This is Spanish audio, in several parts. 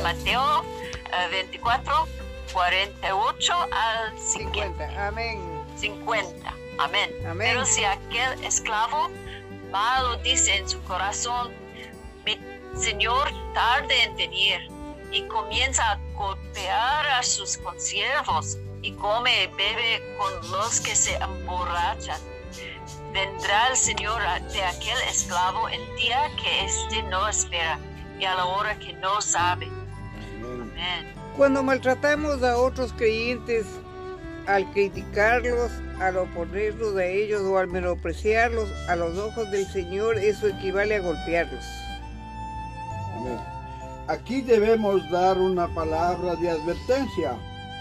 Mateo 24, 48 al 50. Amén. 50. Amén. Amén. Pero si aquel esclavo malo dice en su corazón, mi señor tarde en venir, y comienza a golpear a sus consiervos y come y bebe con los que se emborrachan, vendrá el Señor de aquel esclavo el día que éste no espera y a la hora que no sabe. Amén. Cuando maltratamos a otros creyentes, al criticarlos, al oponernos a ellos o al menospreciarlos, a los ojos del Señor eso equivale a golpearlos. Amén. Aquí debemos dar una palabra de advertencia.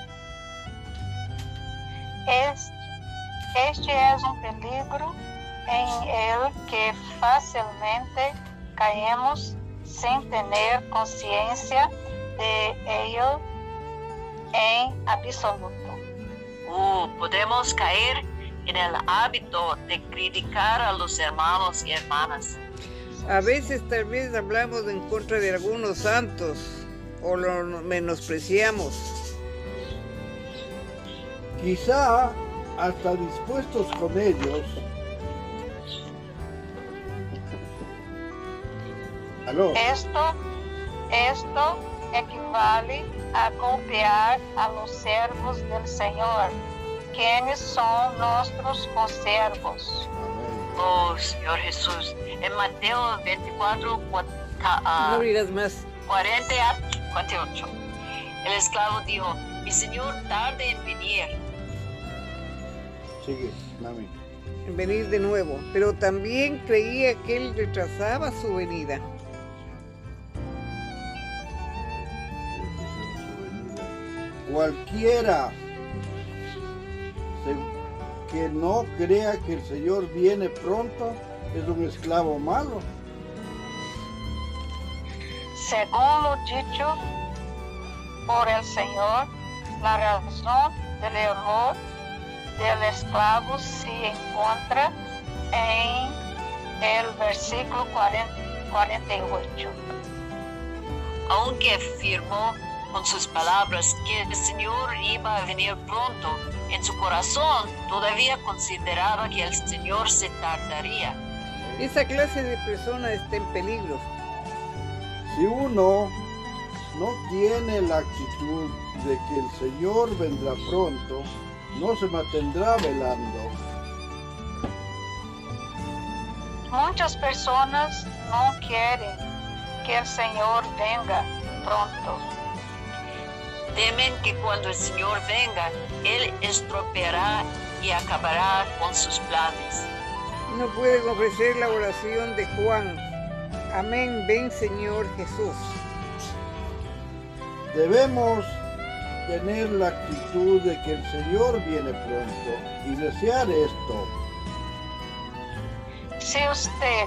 Este es un peligro en el que fácilmente caemos sin tener conciencia de ello en absoluto. Podemos caer en el hábito de criticar a los hermanos y hermanas. A veces tal vez hablamos en contra de algunos santos o los menospreciamos. Quizá hasta dispuestos con ellos. ¿Aló? Esto equivale a golpear a los siervos del Señor, quienes son nuestros consiervos. Señor Jesús, en Mateo 24, No dirás más. 40 a 48, el esclavo dijo, mi señor tarde en venir. Sigue, mami. En venir de nuevo, pero también creía que él retrasaba su venida. Cualquiera que no crea que el Señor viene pronto es un esclavo malo. Según lo dicho por el Señor, la razón del error del esclavo se encuentra en el versículo 48. Aunque afirmó con sus palabras que el Señor iba a venir pronto, en su corazón todavía consideraba que el Señor se tardaría. Esa clase de persona está en peligro. Si uno no tiene la actitud de que el Señor vendrá pronto, no se mantendrá velando. Muchas personas no quieren que el Señor venga pronto. Temen que cuando el Señor venga, Él estropeará y acabará con sus planes. No pueden ofrecer la oración de Juan. Amén, ven Señor Jesús. Debemos tener la actitud de que el Señor viene pronto y desear esto. Si usted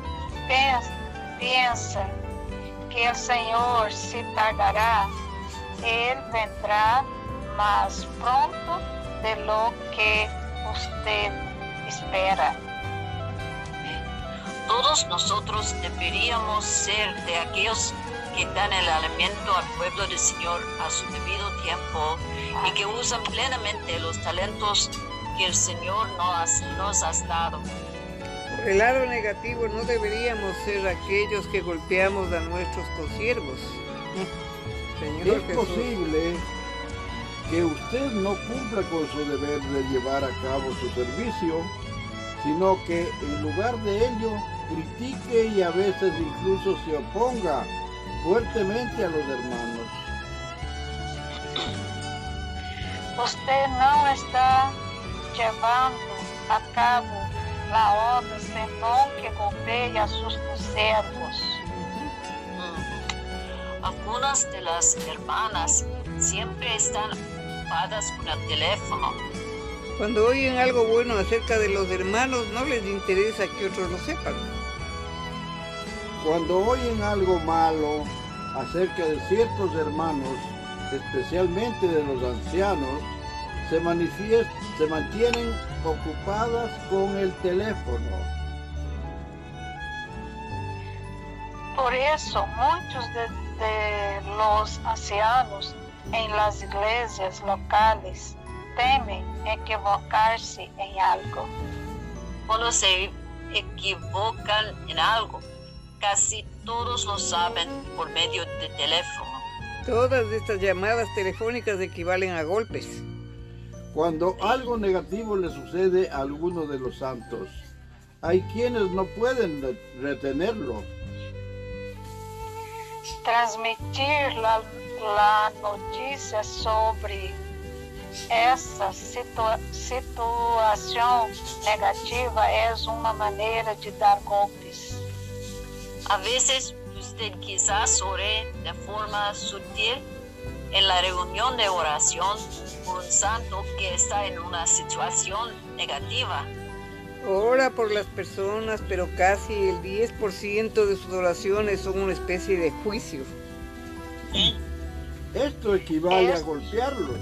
piensa que el Señor se tardará, Él vendrá más pronto de lo que usted espera. Todos nosotros deberíamos ser de aquellos que dan el alimento al pueblo del Señor a su debido tiempo y que usan plenamente los talentos que el Señor nos ha dado. Por el lado negativo, no deberíamos ser aquellos que golpeamos a nuestros consiervos. Señor Es Jesús. posible que usted no cumpla con su deber de llevar a cabo su servicio, sino que en lugar de ello critique y a veces incluso se oponga fuertemente a los hermanos. Usted no está llevando a cabo la obra, sino que golpea a sus consiervos. Algunas de las hermanas siempre están ocupadas con el teléfono. Cuando oyen algo bueno acerca de los hermanos, no les interesa que otros lo sepan. Cuando oyen algo malo acerca de ciertos hermanos, especialmente de los ancianos, se mantienen ocupadas con el teléfono. Por eso, muchos de los ancianos en las iglesias locales temen equivocarse en algo. Cuando se equivocan en algo, casi todos lo saben por medio de teléfono. Todas estas llamadas telefónicas equivalen a golpes. Cuando algo negativo le sucede a alguno de los santos, hay quienes no pueden retenerlo. Transmitir la noticia sobre essa situação negativa é uma maneira de dar golpes. A veces usted quizás ore de forma sutil en la reunión de oración por un santo que está en una situación negativa. Ora por las personas, pero casi el 10% de sus oraciones son una especie de juicio. Esto equivale a golpearlos.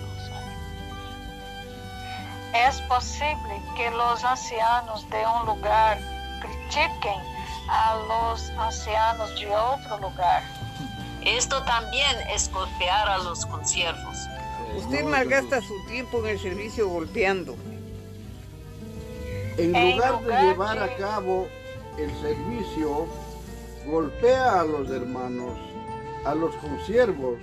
Es posible que los ancianos de un lugar critiquen a los ancianos de otro lugar. Esto también es golpear a los consiervos. Usted malgasta su tiempo en el servicio golpeando. En lugar de llevar a cabo el servicio, golpea a los hermanos, a los consiervos.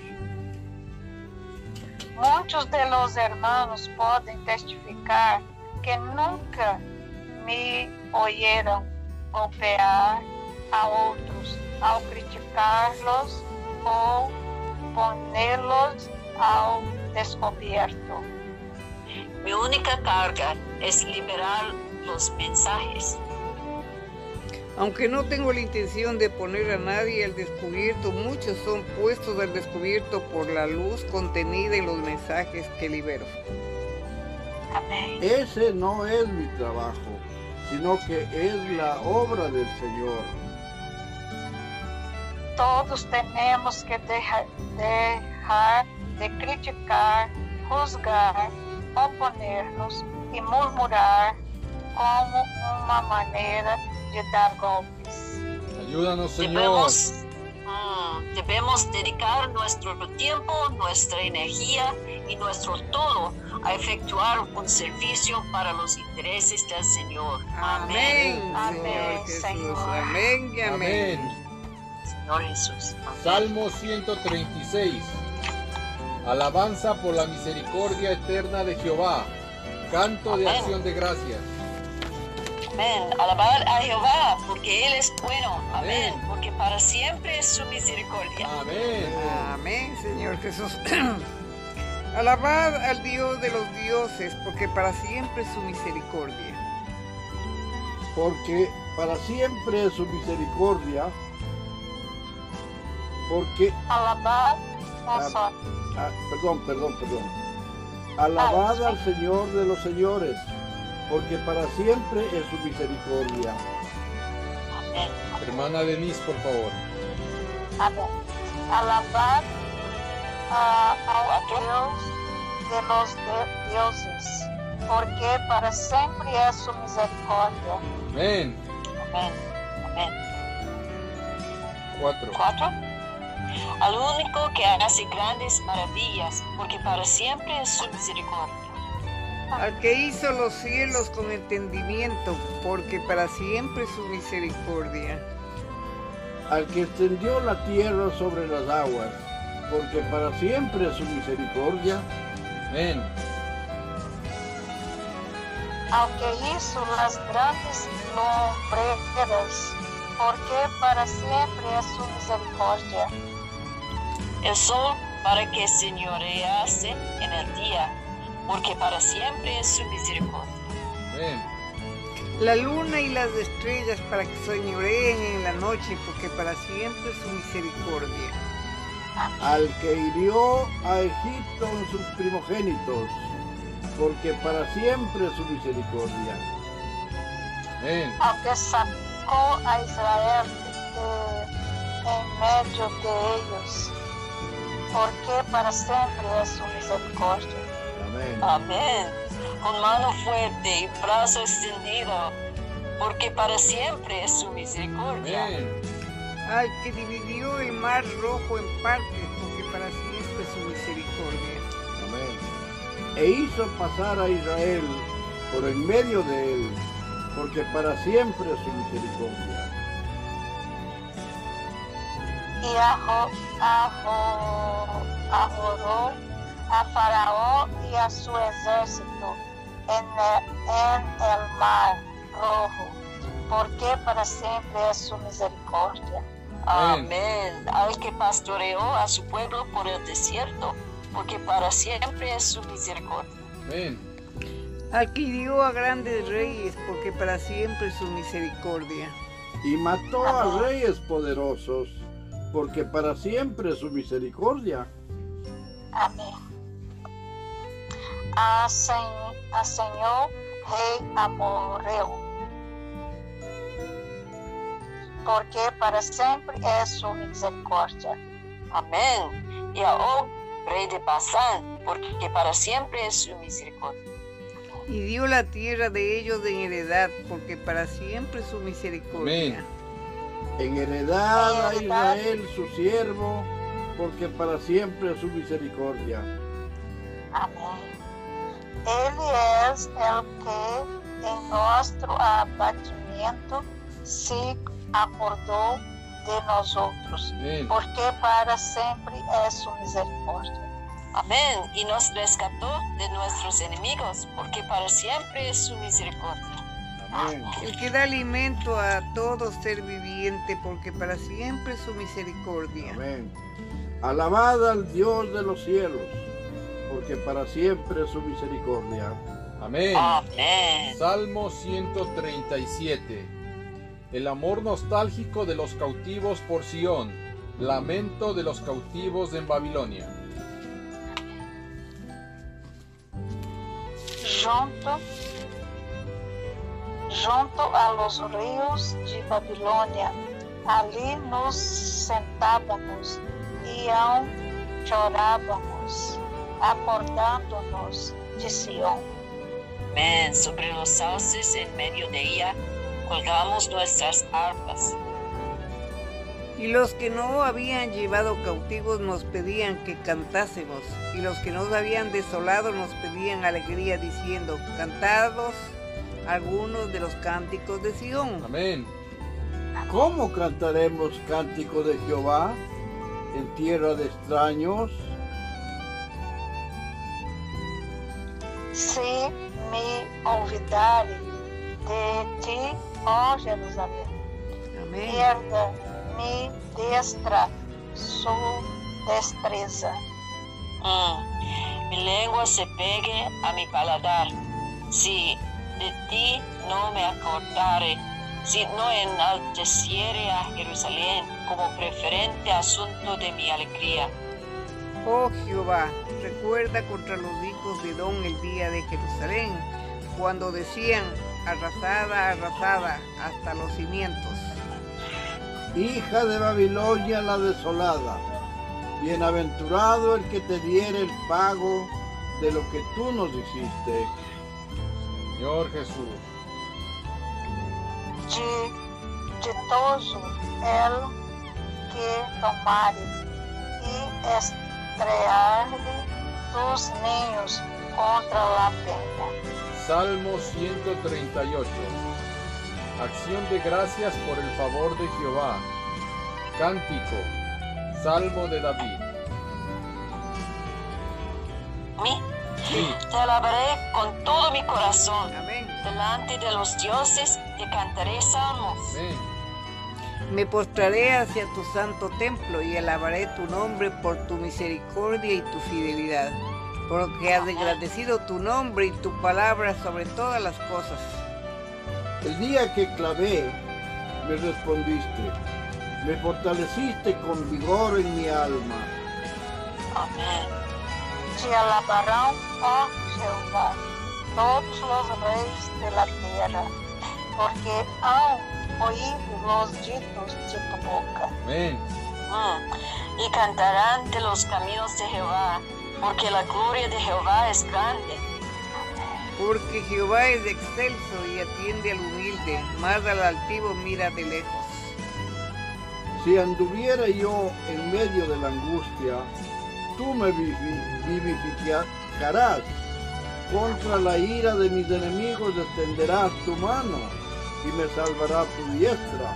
Muitos de los hermanos podem testificar que nunca me oyeron golpear a outros ao criticar-los ou ponerlos ao descobierto. Mi única carga es liberar los mensajes. Aunque no tengo la intención de poner a nadie al descubierto, muchos son puestos al descubierto por la luz contenida en los mensajes que libero. Amém. Ese no es mi trabajo, sino que es la obra del Señor. Todos temos que deixar de criticar, juzgar, oponer-nos e murmurar como uma maneira de dar golpes. Ayúdanos, Señor. Debemos dedicar nuestro tiempo, nuestra energía y nuestro todo a efectuar un servicio para los intereses del Señor. Amén, Amén, Señor Jesús. Señor. Amén y amén. Amén. Señor Jesús. Amén. Salmo 136. Alabanza por la misericordia eterna de Jehová. Canto de Amén. acción de gracias. Amén. Alabar a Jehová porque Él es bueno. Amén. Amén. Porque para siempre es su misericordia. Amén. Amén, Señor Jesús. Alabad al Dios de los dioses, porque para siempre es su misericordia. Porque para siempre es su misericordia. Porque, Alabar não só. perdón. Alabad al Señor de los señores, porque para siempre es su misericordia. Amén. Hermana Denise, por favor. Amém. Alabar ao Deus de los deuses, porque para sempre é sua misericórdia. Amén. Amén. Amén. 4. 4. Al único que hace grandes maravillas, porque para siempre es su misericordia. Al que hizo los cielos con entendimiento, porque para siempre es su misericordia. Al que extendió la tierra sobre las aguas, porque para siempre es su misericordia. Amén. Ao que hizo las grandes lumbreras, porque para sempre é sua misericórdia. El sol para que señorease en el día, porque para siempre es su misericordia. Amén. La luna y las estrellas para que señoreen en la noche, porque para siempre es su misericordia. Al que hirió a Egipto en sus primogénitos, porque para siempre es su misericordia. Amén. Ao que sacou a Israel em meio de ellos, porque para sempre é sua misericórdia. Amén. Amén. Con mano fuerte y brazo extendido, porque para siempre es su misericordia. Amén. al que dividió el mar rojo en partes, porque para siempre su misericordia. Amén. E hizo pasar a Israel por en medio de él, porque para siempre es su misericordia. Y ahorró a Faraón y a su ejército en el mar rojo, porque para siempre es su misericordia. Amén. Al que pastoreó a su pueblo por el desierto, porque para siempre es su misericordia. Amén. Al que hirió a grandes reyes, porque para siempre es su misericordia. Y mató a reyes poderosos, porque para siempre es su misericordia. Amén. A Señor Rey amorreo, porque para siempre es su misericordia. Amén. Y a Og, rey de Basán, porque para siempre es su misericordia. Y dio la tierra de ellos en heredad, porque para siempre es su misericordia. Amén. En heredad a Israel su siervo, porque para siempre es su misericordia. Amén. Ele es el que en nuestro abatimiento se acordó de nosotros, Amén. porque para siempre es su misericordia. Amén. Y nos rescató de nuestros enemigos, porque para siempre es su misericordia. Amén. El que da alimento a todo ser viviente, porque para siempre es su misericordia. Amén. Alabad al Dios de los cielos, porque para siempre es su misericordia. Amén. Amén. Salmo 137. El amor nostálgico de los cautivos por Sión. Lamento de los cautivos en Babilonia. Junto a los ríos de Babilonia, ali nos sentábamos y aún chorábamos, acordándonos de Sión. Amén. Sobre los sauces en medio de ella colgamos nuestras arpas. Y los que no habían llevado cautivos nos pedían que cantásemos, y los que nos habían desolado nos pedían alegría, diciendo: cantados algunos de los cánticos de Sión. Amén. ¿Cómo cantaremos cántico de Jehová en tierra de extraños? Si me olvidare de ti, ó Jerusalém, Amén. pierda mi diestra su destreza. Mi lengua se pegue a mi paladar. Si de ti no me acordare, si no enalteciere a Jerusalén como preferente asunto de mi alegría. Oh Jehová, recuerda contra los hijos de Edom el día de Jerusalén, cuando decían: arrasada, arrasada, hasta los cimientos. Hija de Babilonia la desolada, bienaventurado el que te diere el pago de lo que tú nos hiciste. Señor Jesús. Ditoso el que tomare y estrearle tus niños contra la peña. Salmo 138. Acción de gracias por el favor de Jehová. Cántico. Salmo de David. Te alabaré con todo mi corazón. Amén. Delante de los dioses te cantaré salmos. Amén. Me postraré hacia tu santo templo y alabaré tu nombre por tu misericordia y tu fidelidad, porque has engrandecido tu nombre y tu palabra sobre todas las cosas. El día que clamé, me respondiste, me fortaleciste con vigor en mi alma. Amén. Te alabarão, ó Jehová, todos los reyes de la tierra, porque han oído los ditos de tu boca. Amén. Y cantarán de los caminos de Jehová, porque la gloria de Jehová es grande. Porque Jehová es excelso y atiende al humilde, mas al altivo mira de lejos. Si anduviera yo en medio de la angustia, tú me vivificarás. Contra la ira de mis enemigos extenderás tu mano y me salvará tu diestra.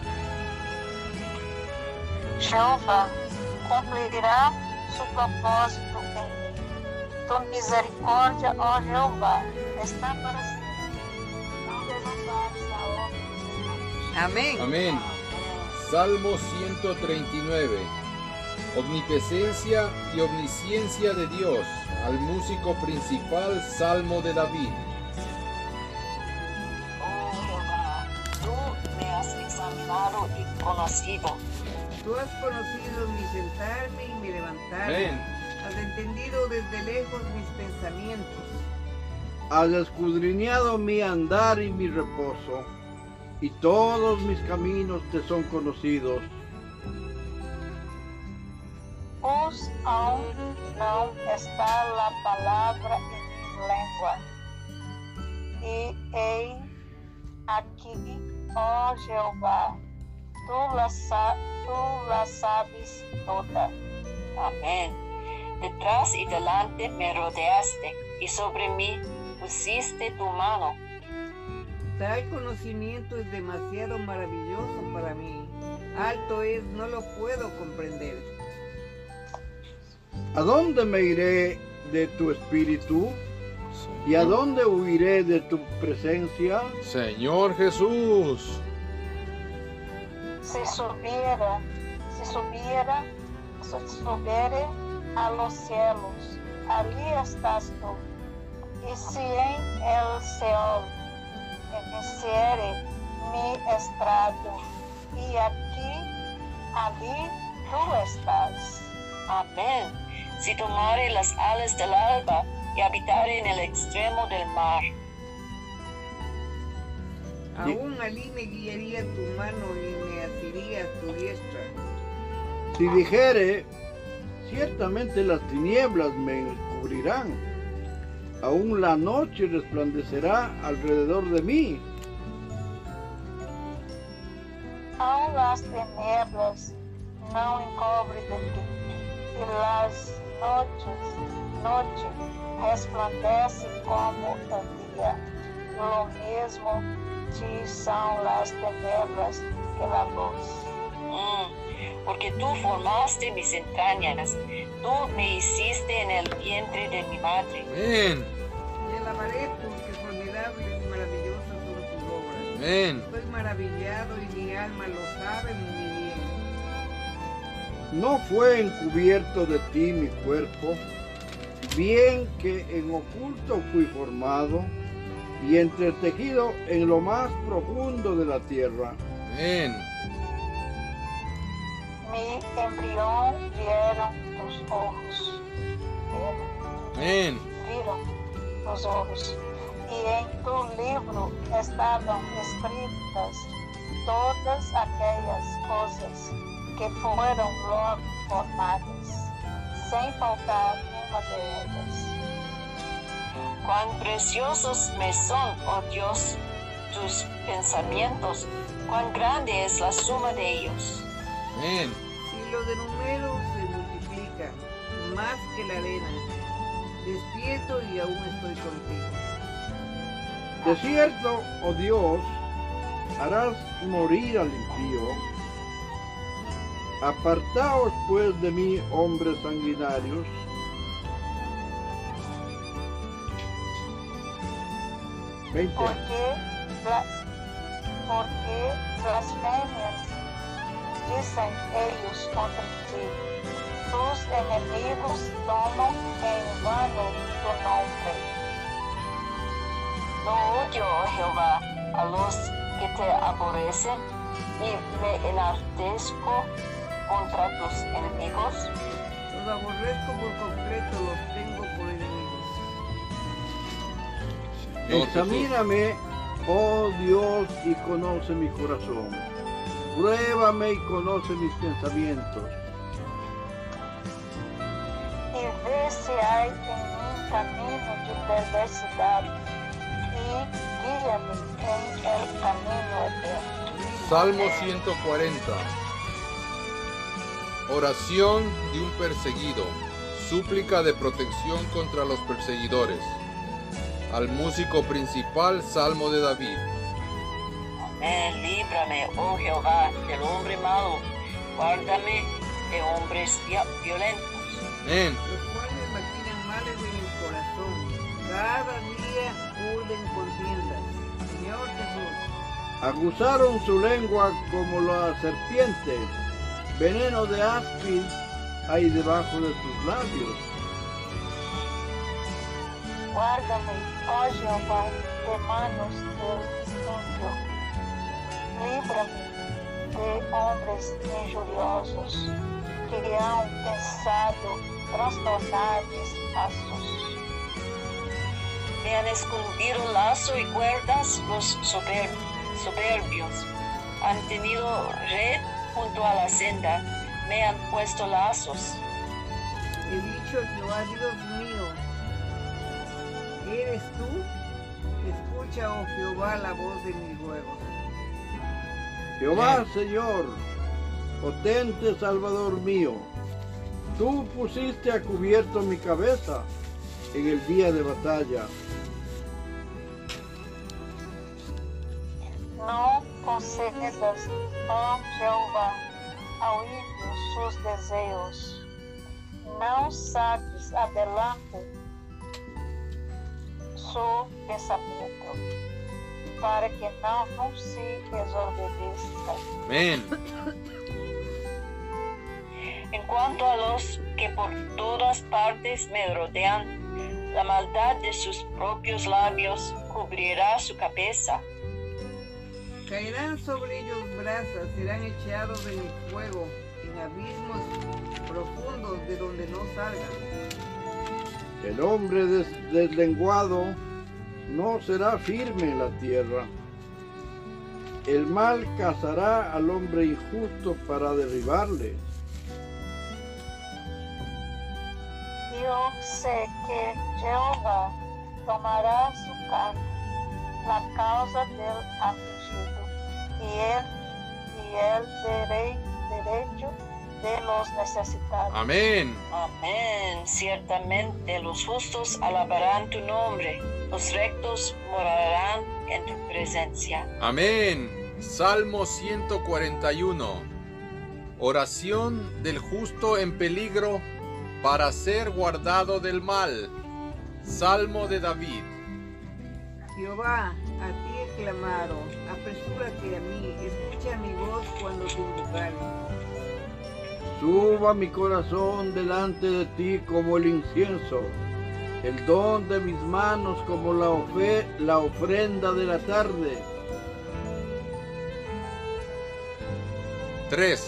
Jeová cumprirá su propósito en mí. Tu misericórdia, ó Jeová, está para sempre. Não desampares a obra. Amén. Amén. Salmo 139. Omnipresencia y omnisciencia de Dios. Al músico principal, Salmo de David. Oh Jehová, tú me has examinado y conocido. Tú has conocido mi sentarme y mi levantarme. Amén. Has entendido desde lejos mis pensamientos. Has escudriñado mi andar y mi reposo, y todos mis caminos te son conocidos. Pus aún não está la palavra em minha língua. E ei aqui, ó Jeová, tu la sabes toda. Amén. Detrás y delante me rodeaste y sobre mí pusiste tu mano. Tal conocimiento es demasiado maravilloso para mí. Alto es, no lo puedo comprender. ¿A dónde me iré de tu espíritu? ¿Y a dónde huiré de tu presencia? Señor Jesús. Si subiere a los cielos, allí estás tú. Y si en el Seol hiciere mi estrado, y allí tú estás. Amén. Si tomare las alas del alba y habitare en el extremo del mar. Aún allí me guiaría tu mano y me asirías tu diestra. Si dijere, ciertamente las tinieblas me encubrirán, aún la noche resplandecerá alrededor de mí. Aún las tinieblas não encobrem de ti, e las noches resplandecem como o dia. Lo mesmo te são las tinieblas que la luz. Porque tú formaste mis entrañas, tú me hiciste en el vientre de mi madre. Amén. Te alabaré porque formidables y maravillosas son tus obras. Amén. Estoy maravillado y mi alma lo sabe muy bien. No fue encubierto de ti mi cuerpo, bien que en oculto fui formado y entretejido en lo más profundo de la tierra. Amén. Mi embrião vieram tus ojos. Amén. Viram tus ojos. E em tu livro estavam escritas todas aquelas coisas que foram logo formadas, sem faltar uma delas. Cuán preciosos me son, oh Dios, tus pensamientos, cuán grande es la suma de ellos. Amén. Si lo de número se multiplica más que la arena, despierto y aún estoy contigo. De cierto, oh Dios, harás morir al impío. Apartaos pues de mí, hombres sanguinarios. Porque blasfemias dizem ellos contra ti. Tus enemigos tomam em vano tu nombre. No odio, oh Jehová, a los que te aborrecen y me enaltezco contra tus enemigos. Los aborrezco por completo, los tengo por enemigos. Examíname, oh Dios, y conoce mi corazón. Pruébame y conoce mis pensamientos. E vê se há em mim caminho de perversidade, e guia-me em el caminho eterno. Salmo 140. Oración de un perseguido. Súplica de protección contra los perseguidores. Al músico principal, Salmo de David. Amén. Líbrame, oh Jehová, del hombre malo. Guárdame de hombres violentos. Amén. Los cuales maquinan males en el corazón. Cada día urden contiendas. Señor Jesús. Aguzaron su lengua como la serpiente. Veneno de áspid hay debajo de tus labios. Guárdame, oh Jehová, de manos del impío. Líbrame de hombres injuriosos que han pensado trastornar mis pasos. Me han escondido lazo y cuerdas los soberbios. Han tenido red junto a la senda. Me han puesto lazos. He dicho a Jehová, Dios mío, ¿eres tú? Escucha, oh Jehová, la voz de mis ruegos. Jehová, Señor, potente Salvador mío, tú pusiste a cubierto mi cabeza en el día de batalla. No concedas, oh Jehová, ao ímpio sus desejos. Não saques adelante su pensamento, para que não se desobedeça. Amén. En cuanto a los que por todas partes me rodean, la maldad de sus propios labios cubrirá su cabeza. Caerán sobre ellos brasas, serán echados en el fuego, en abismos profundos de donde no salgan. El hombre deslenguado no será firme en la tierra. El mal cazará al hombre injusto para derribarle. Yo sé que Jehová tomará su cargo, la causa del afligido, y el derecho de los necesitados. Amén. Amén. Ciertamente los justos alabarán tu nombre, los rectos morarán en tu presencia. Amén. Salmo 141. Oración del justo en peligro para ser guardado del mal. Salmo de David. Jehová, a ti he clamado, apresúrate a mí, escucha mi voz cuando te invocare. Suba mi corazón delante de ti como el incienso, el don de mis manos como la ofrenda de la tarde. 3.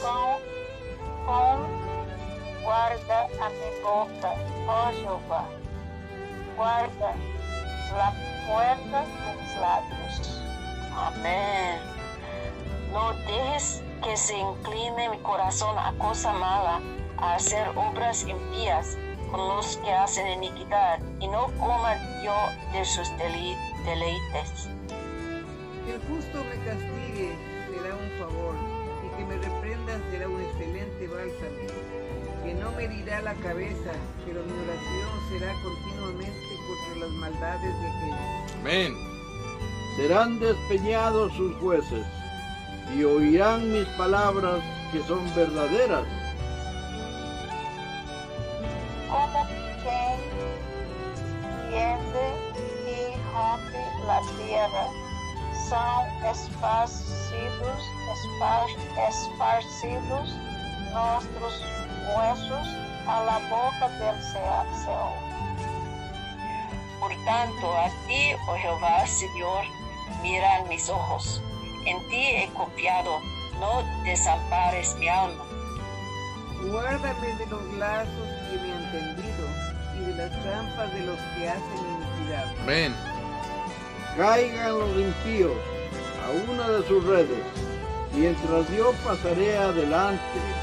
Guarda a mi boca, oh Jehová, guarda la puerta de mis labios. Amén. No dejes que se incline mi corazón a cosa mala, a hacer obras impías con los que hacen iniquidad, y no coma yo de sus deleites. Que el justo me castigue será un favor, y que me reprenda será un excelente bálsamo. Que no me herirá la cabeza, pero mi oración será continuamente contra las maldades de aquellos. Amén. Serán despeñados sus jueces y oirán mis palabras que son verdaderas. Como quien hiende y rompe la tierra, son esparcidos nuestros huesos a la boca del Seol. Por tanto, a ti, oh Jehová, Señor, miran mis ojos. En ti he confiado, no desampares mi alma. Guárdame de los lazos que me han tendido y de las trampas de los que hacen iniquidad. Amén. Caigan los impíos a una de sus redes, mientras yo pasaré adelante.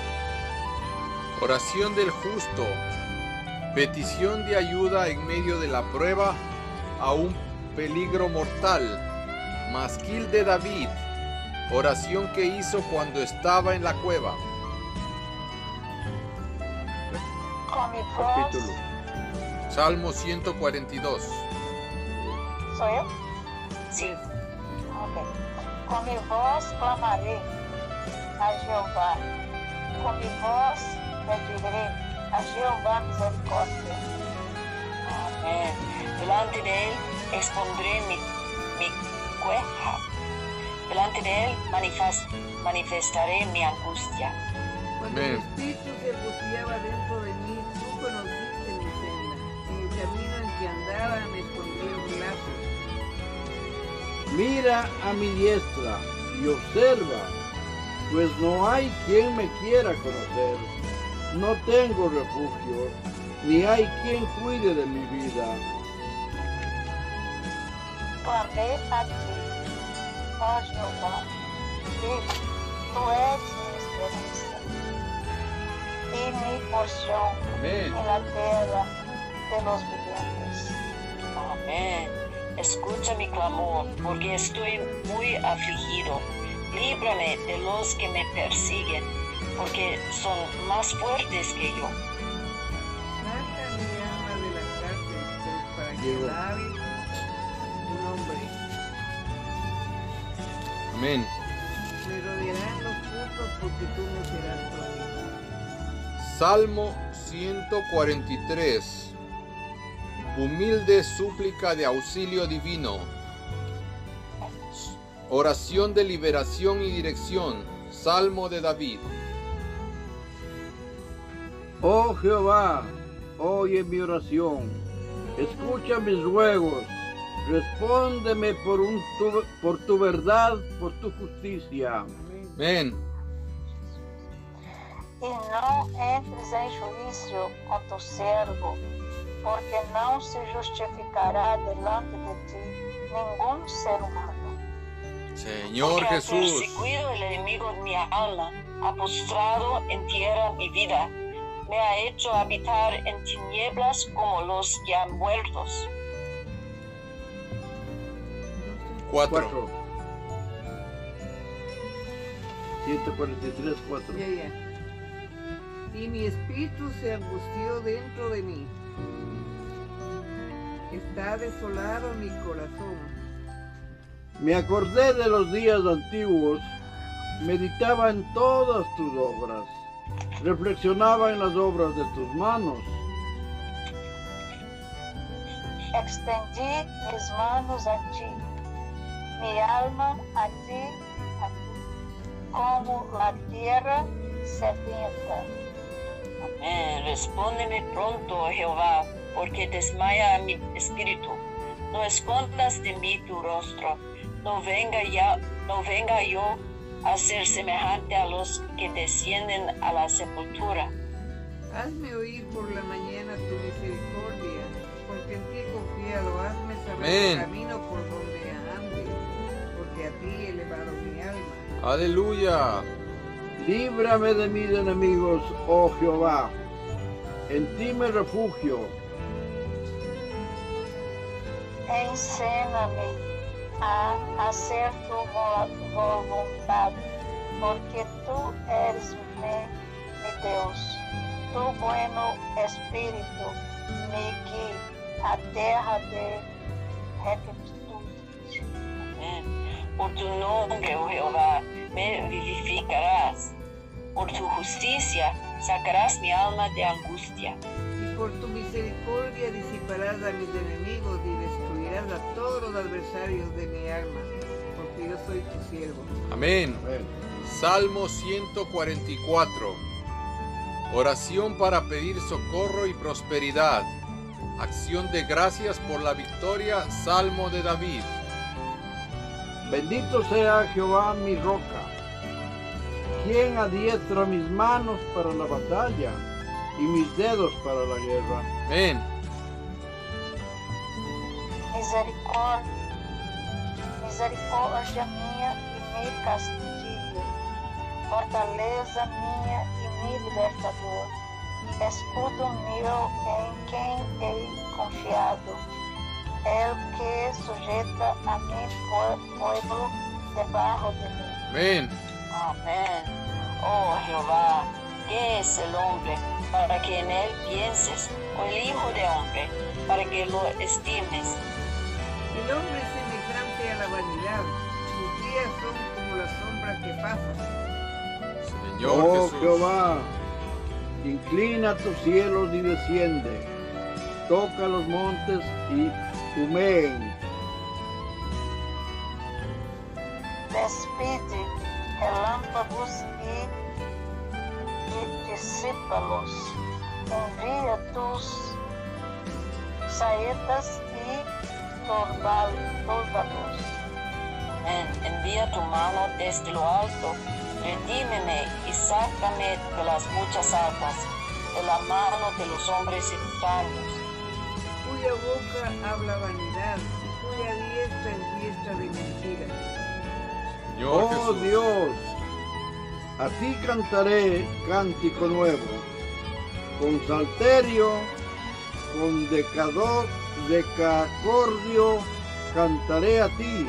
Oración del justo. Petición de ayuda en medio de la prueba a un peligro mortal. Masquil de David. Oración que hizo cuando estaba en la cueva. Con mi voz, capítulo. Salmo 142. ¿soy yo? Sí. Ok. Con mi voz clamaré a Jehová. Con mi voz pediré a Jehová misericordia. Amén. Delante de Él expondré mi queja. Delante de Él manifestaré mi angustia. Cuando Amén. el Espíritu se angustiaba dentro de mí, tú conociste mi senda. En el camino en que andaba me escondieron lazos. Mira a mi diestra y observa, pues no hay quien me quiera conocer. No tengo refugio, ni hay quien cuide de mi vida. Clamei a ti, ó Jehová, e tu és mi esperanza y mi porción Amén. en la tierra de los vivientes. Amén. Escucha mi clamor, porque estoy muy afligido. Líbrame de los que me persiguen, porque son más fuertes que yo. Saca mi alma de la cárcel, pues, para que Llegó. alabe tu nombre. Amén. Me rodearán los justos porque tú no serás conmigo. Salmo 143. Humilde súplica de auxilio divino. Oración de liberación y dirección. Salmo de David. Oh Jehová, oye mi oración, escucha mis ruegos, respóndeme por tu verdad, por tu justicia. Amén. E não entres em juízo com tu servo, porque não se justificará delante de ti nenhum ser humano. Señor Porque ha Jesús. perseguido el enemigo de mi alma, ha postrado en tierra mi vida, me ha hecho habitar en tinieblas como los ya muertos. 4. 143, 4. Ya. Y mi espíritu se angustió dentro de mí. Está desolado mi corazón. Me acordé de los días antiguos, meditaba en todas tus obras, reflexionaba en las obras de tus manos. Extendi mis manos a ti, mi alma a ti, como la tierra sedienta. Amén. Respóndeme pronto, Jehová, porque desmaya mi espíritu. No escondas de mí tu rostro. No venga yo a ser semejante a los que descienden a la sepultura. Hazme oír por la mañana tu misericordia, porque en ti he confiado. Hazme saber Amén. el camino por donde ande, porque a ti he elevado mi alma. Aleluya. Líbrame de mis enemigos, oh Jehová, en ti me refugio. Ensina-me a hacer tu voluntad, porque tú eres mi Deus. Tu bueno espíritu me guía a terra de rectitud. Amén. Por tu nombre, oh Jehová, me vivificarás. Por tu justicia sacarás mi alma de angustia. Y por tu misericordia disiparás a mis enemigos y destruirás a todos los adversarios de mi alma, porque yo soy tu siervo. Amén. Amén. Salmo 144. Oración para pedir socorro y prosperidad. Acción de gracias por la victoria. Salmo de David. Bendito sea Jehová mi roca, quien adiestra mis manos para la batalla y mis dedos para la guerra. Amén. Misericórdia minha e me castigue, fortaleza minha e me libertador, escudo meu em quem hei confiado, el que sujeta a mi pueblo debajo de mí. Amén. Amén. Oh Jehová, ¿qué es el hombre para que en él pienses? ¿O el hijo de hombre para que lo estimes? El hombre es semejante a la vanidad. Sus días son como las sombras que pasan. Señor Oh Jesús. Jehová, inclina tus cielos y desciende, toca los montes y humeen. Despide relâmpagos e dissipa-los. Envia tus saetas e turba-los. Amén. Envía tu mano desde lo alto, redímeme y sácame de las muchas aguas, de la mano de los hombres extraños. Cuya boca habla vanidad, cuya diestra es diestra de mentira. Señor Oh Jesús. Dios, a ti cantaré cántico nuevo, con salterio, con decacordio cantaré a ti.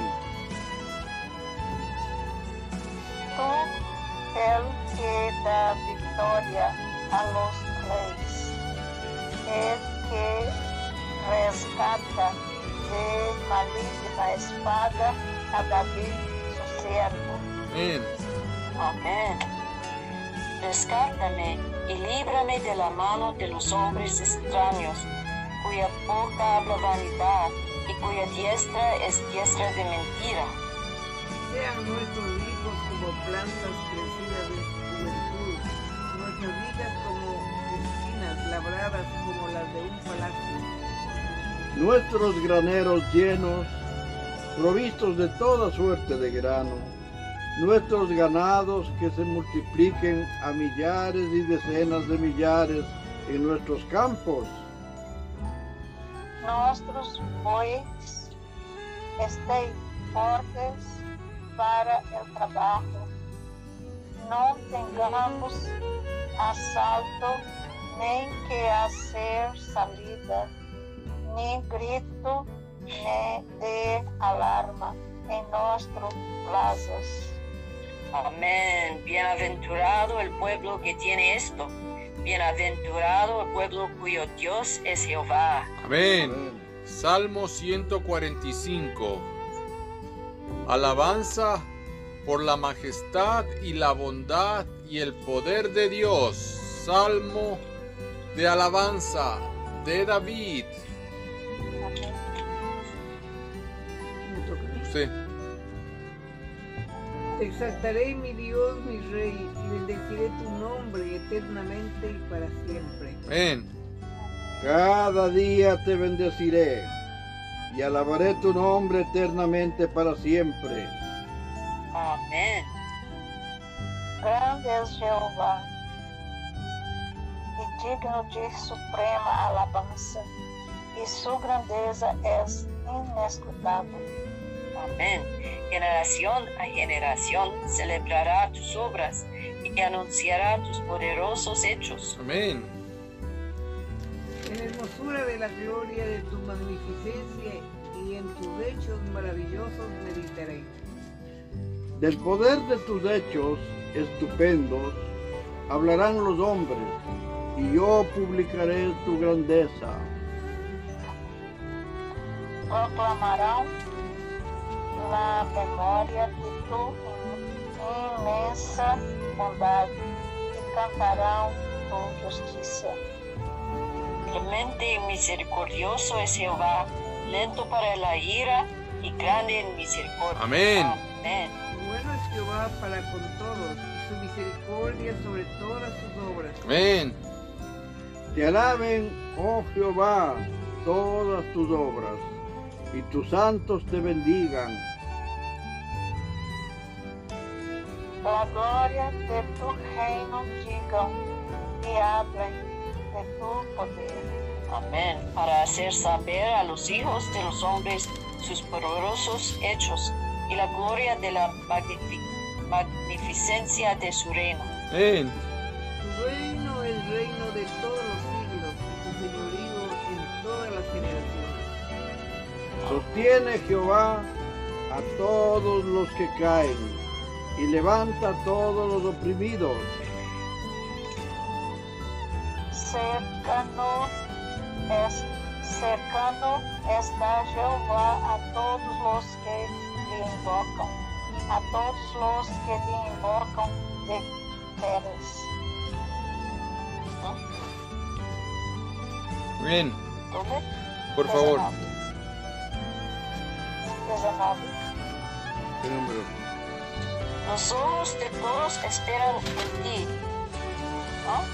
Tú, el que da victoria a los reis, el que rescata de maligna espada a David su siervo. Amén. Amén. Rescátame y líbrame de la mano de los hombres extraños, cuya boca habla vanidad y cuya diestra es diestra de mentira. Sean nuestros hijos como plantas crecidas de su juventud, nuestras vidas como espinas labradas como las de un palacio. Nuestros graneros llenos, provistos de toda suerte de grano, nuestros ganados que se multipliquen a millares y decenas de millares en nuestros campos. Nuestros bueyes estén fortes para el trabajo. No tengamos asalto, nem que hacer salida, ni grito, ni de alarma en nuestras plazas. Amén. Bienaventurado el pueblo que tiene esto. Bienaventurado el pueblo cuyo Dios es Jehová. Amén. Salmo 145. Alabanza por la majestad y la bondad y el poder de Dios. Salmo de alabanza de David. Usted. Te exaltaré, mi Dios, mi Rey, y bendeciré tu nombre eternamente y para siempre. Amén. Cada día te bendeciré y alabaré tu nombre eternamente para siempre. Amén. Grande es Jehová e digno de suprema alabanza, e su grandeza es inescrutable. Amén. Generación a generación celebrará tus obras y anunciará tus poderosos hechos. Amén. En hermosura de la gloria de tu magnificencia y en tus hechos maravillosos meditaré. Del poder de tus hechos estupendos hablarán los hombres, y yo publicaré tu grandeza. Proclamarão la memória de tu imensa bondade e cantarão tu justiça. Clemente y misericordioso es Jehová, lento para la ira y grande en misericordia. Amén. Amén. Bueno es Jehová para con todos, y su misericordia sobre todas sus obras. Amén. Te alaben, oh Jehová, todas tus obras, y tus santos te bendigan. La glória de tu reino digam e hablem de tu poder. Amén. Para hacer saber a los hijos de los hombres sus poderosos hechos y la gloria de la magnificencia de su reino. Amén. Tu reino es el reino de todos los siglos, y tu señorío en todas las generaciones. Sostiene Jehová a todos los que caen, y levanta a todos los oprimidos. cercano está Jehová a todos los que le invocan, a todos los que le invocan de veras. Bien, ¿Dónde? por favor. 19. ¿Qué número? Los ojos de todos esperan en ti. ¿No?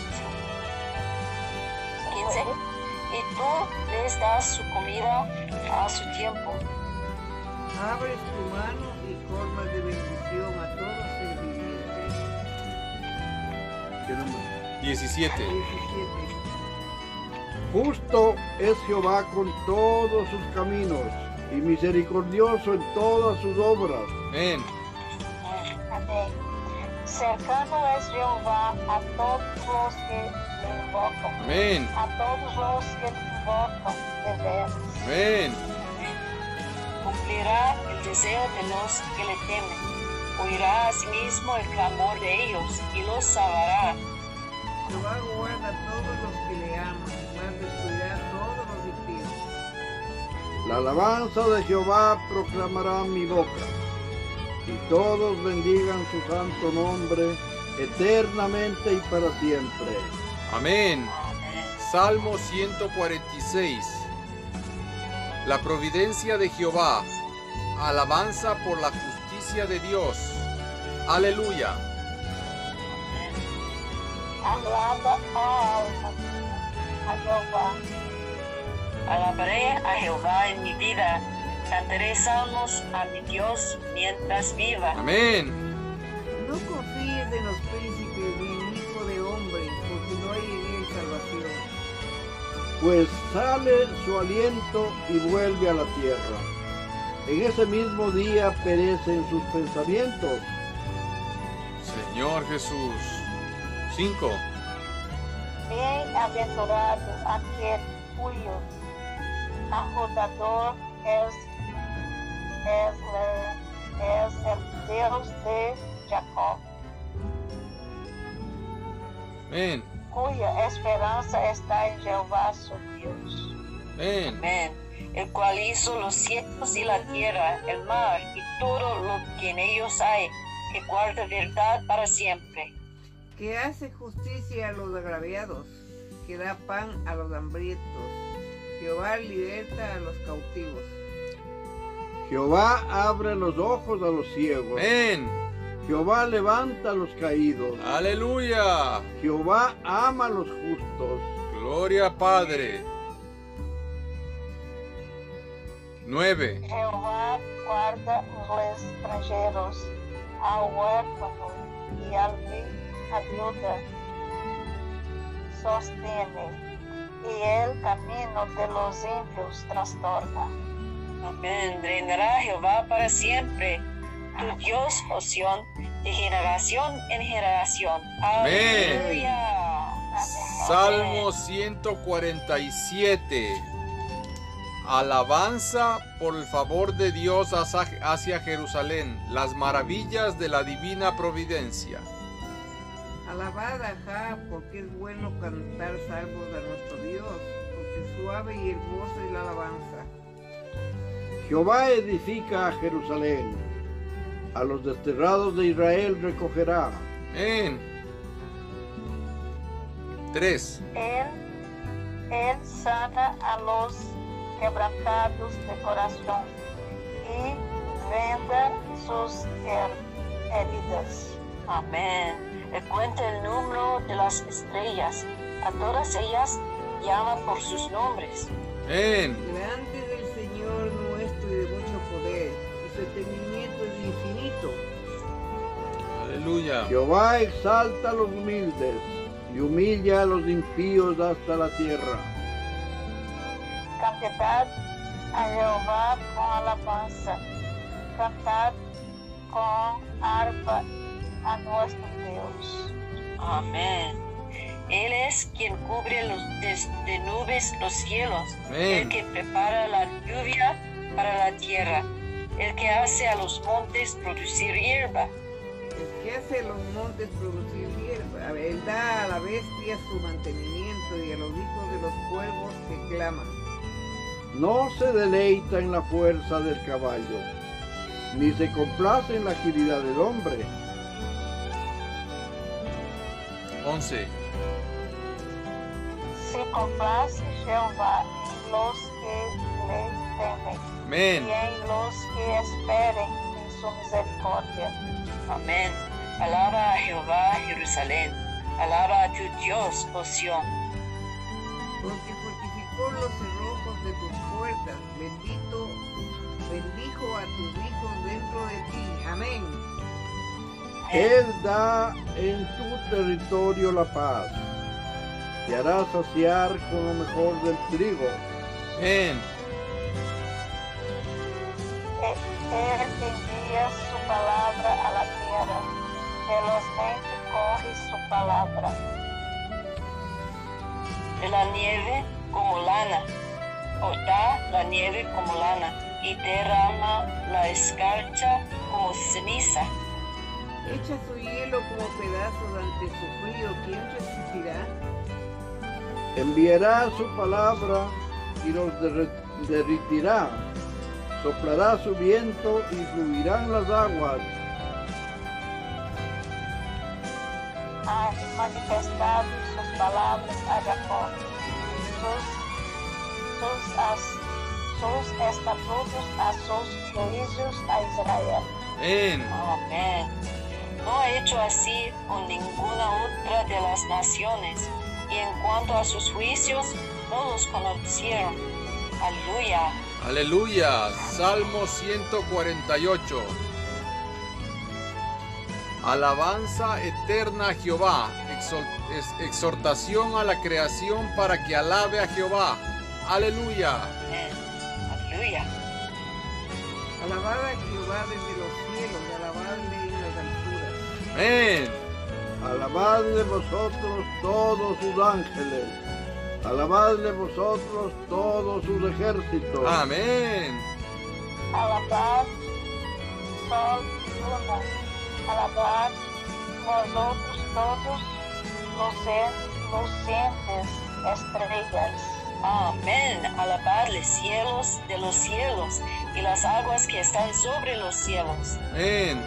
15. Y tú les das su comida a su tiempo. Abres tu mano y colmas de bendición a todos el viviente. ¿Qué número? 17. 17. Justo es Jehová con todos sus caminos y misericordioso en todas sus obras. Amén. Amén. Cercano es Jehová a todos los que le invocan, Amén. a todos los que le invocan de veras. Amén. Cumplirá el deseo de los que le temen. Oirá asimismo el clamor de ellos y los salvará. Jehová guarda a todos los que le aman, mas destruirá a todos los impíos. La alabanza de Jehová proclamará mi boca, y todos bendigan su santo nombre eternamente y para siempre. Amén. Salmo 146. La providencia de Jehová. Alabanza por la justicia de Dios. Aleluya. Alaba, oh alma, a Jehová. Alabaré a Jehová en mi vida. Cantaré salmos a mi Dios mientras viva. Amén. No confíes en los príncipes ni en hijo de hombre, porque no hay en él salvación. Pues sale su aliento y vuelve a la tierra. En ese mismo día perecen sus pensamientos. Señor Jesús. 5. Bem-aventurado aquele cuyo ajudador es el Deus de Jacob, Amén. cuya esperanza está en Jehová su Dios. Amén. Amén. El cual hizo los cielos y la tierra, el mar y todo lo que en ellos hay, que guarda verdad para siempre. Que hace justicia a los agraviados, que da pan a los hambrientos. Jehová liberta a los cautivos. Jehová abre los ojos a los ciegos. Amén. Jehová levanta a los caídos. Aleluya. Jehová ama a los justos. Gloria Padre. 9. Jehová guarda los extranjeros, al huérfano y al viuda sostiene, y el camino de los ímpios trastorna. Amén. Reinará Jehová para siempre. Tu Dios, oh Sión, de generación en generación. Amén. Aleluya. Salmo 147. Alabanza por el favor de Dios hacia Jerusalén, las maravillas de la divina providencia. Alabad a Jah, porque es bueno cantar salmos a nuestro Dios, porque suave y hermosa es la alabanza. Jehová edifica a Jerusalén. A los desterrados de Israel recogerá. Amén. 3. Él sana a los quebrantados de corazón y venda sus heridas. Amén. Él cuenta el número de las estrellas. A todas ellas llama por sus nombres. Amén. Grande es el Señor nuestro y de mucho poder, y su entendimiento es infinito. Aleluya. Jehová exalta a los humildes y humilla a los impíos hasta la tierra. Cantad a Jehová con alabanza, cantad con arpa a nuestro Dios. Amén. Él es quien cubre de nubes los cielos, Amén. el que prepara la lluvia para la tierra, el que hace a los montes producir hierba. El que hace los montes producir hierba, Él da a la bestia su mantenimiento y a los hijos de los cuervos que claman. No se deleita en la fuerza del caballo, ni se complace en la agilidad del hombre. 11. Se complace Jehová en los que le temen Amén. y en los que esperen en su misericordia. Amén. Alaba a Jehová, Jerusalén. Alaba a tu Dios, oh Sión. Porque fortificó los cerrojos de tus puertas. Bendijo a tus hijos dentro de ti. Amén. Él da en tu territorio la paz. Te hará saciar con lo mejor del trigo. Amén. Él envía su palabra a la tierra, velozmente corre su palabra. De la nieve como lana, o da la nieve como lana, y derrama la escarcha como ceniza. Echa su hielo como pedazos ante su frío. ¿Quién resistirá? Enviará su palabra y los derritirá. Soplará su viento y fluirán las aguas. Ha manifestado sus palabras a Jacob, sus estatutos a sus juicios a Israel. Amén. Amén. No ha hecho así con ninguna otra de las naciones, y en cuanto a sus juicios, no los conocieron. Aleluya. Aleluya. Salmo 148. Alabanza eterna a Jehová. Exhortación a la creación para que alabe a Jehová. Aleluya. Amén. Aleluya. Alabad a Jehová desde los cielos, alabadle en las alturas. Amén. Alabadle vosotros todos sus ángeles. Alabadle vosotros todos sus ejércitos. Amén. Alabad sol y luna, alabad vosotros todos lucientes estrellas. Amén. Alabadle cielos de los cielos y las aguas que están sobre los cielos. Amén.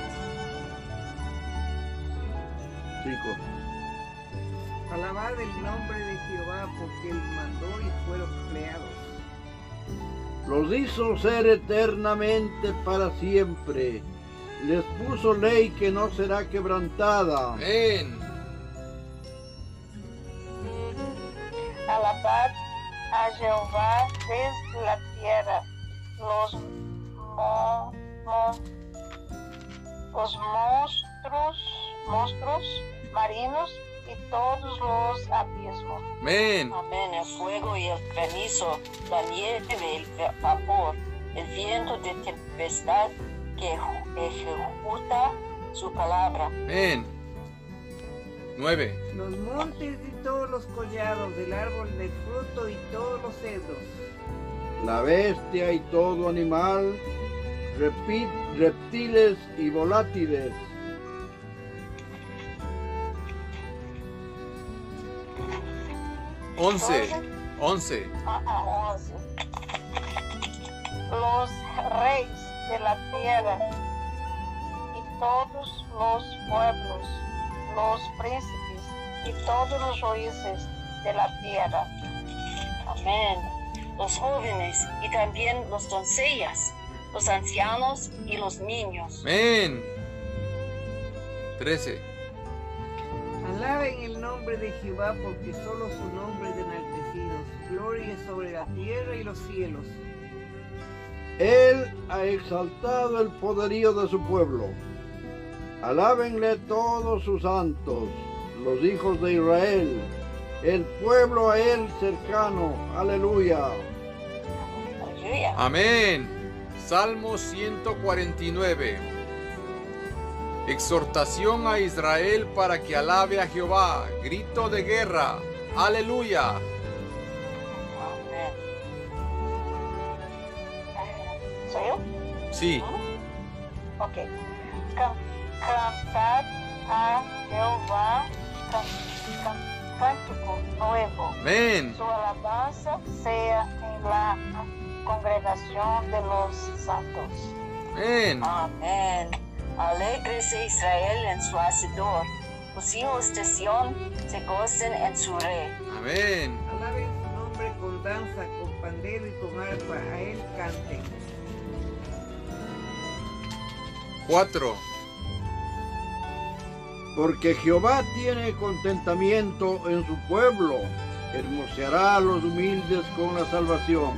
5. Alabad el nombre de Jehová, porque él mandó y fueron creados. Los hizo ser eternamente para siempre. Les puso ley que no será quebrantada. Amén. Alabad a Jehová desde la tierra, los monstruos marinos y todos los abismos. Amén. Amén. El fuego y el granizo, la nieve, el vapor, el viento de tempestad que ejecuta su palabra. Amén. 9. Los montes y todos los collados del árbol del fruto y todos los cedros. La bestia y todo animal, reptiles y volátiles. 11. 11. 11. Los reyes de la tierra y todos los pueblos, los príncipes y todos los jueces de la tierra. Amén. Los jóvenes y también los doncellas, los ancianos y los niños. Amén. 13. Alaben el nombre de Jehová, porque solo su nombre es enaltecido. Su gloria es sobre la tierra y los cielos. Él ha exaltado el poderío de su pueblo. Alábenle todos sus santos, los hijos de Israel, el pueblo a él cercano. Aleluya. Aleluya. Amén. Salmo 149. Exhortación a Israel para que alabe a Jehová. Grito de guerra. Aleluya. Amén. ¿Soy yo? Sí. Ok. Cantad a Jehová cántico nuevo. Amén. Su alabanza sea en la congregación de los santos. Amén. Amén. Alégrese Israel en su Hacedor. Los hijos de Sión se gocen en su Rey. Amén. Alaben su nombre con danza, con pandero y con arpa, a él canten. 4. Porque Jehová tiene contentamiento en su pueblo, hermoseará a los humildes con la salvación.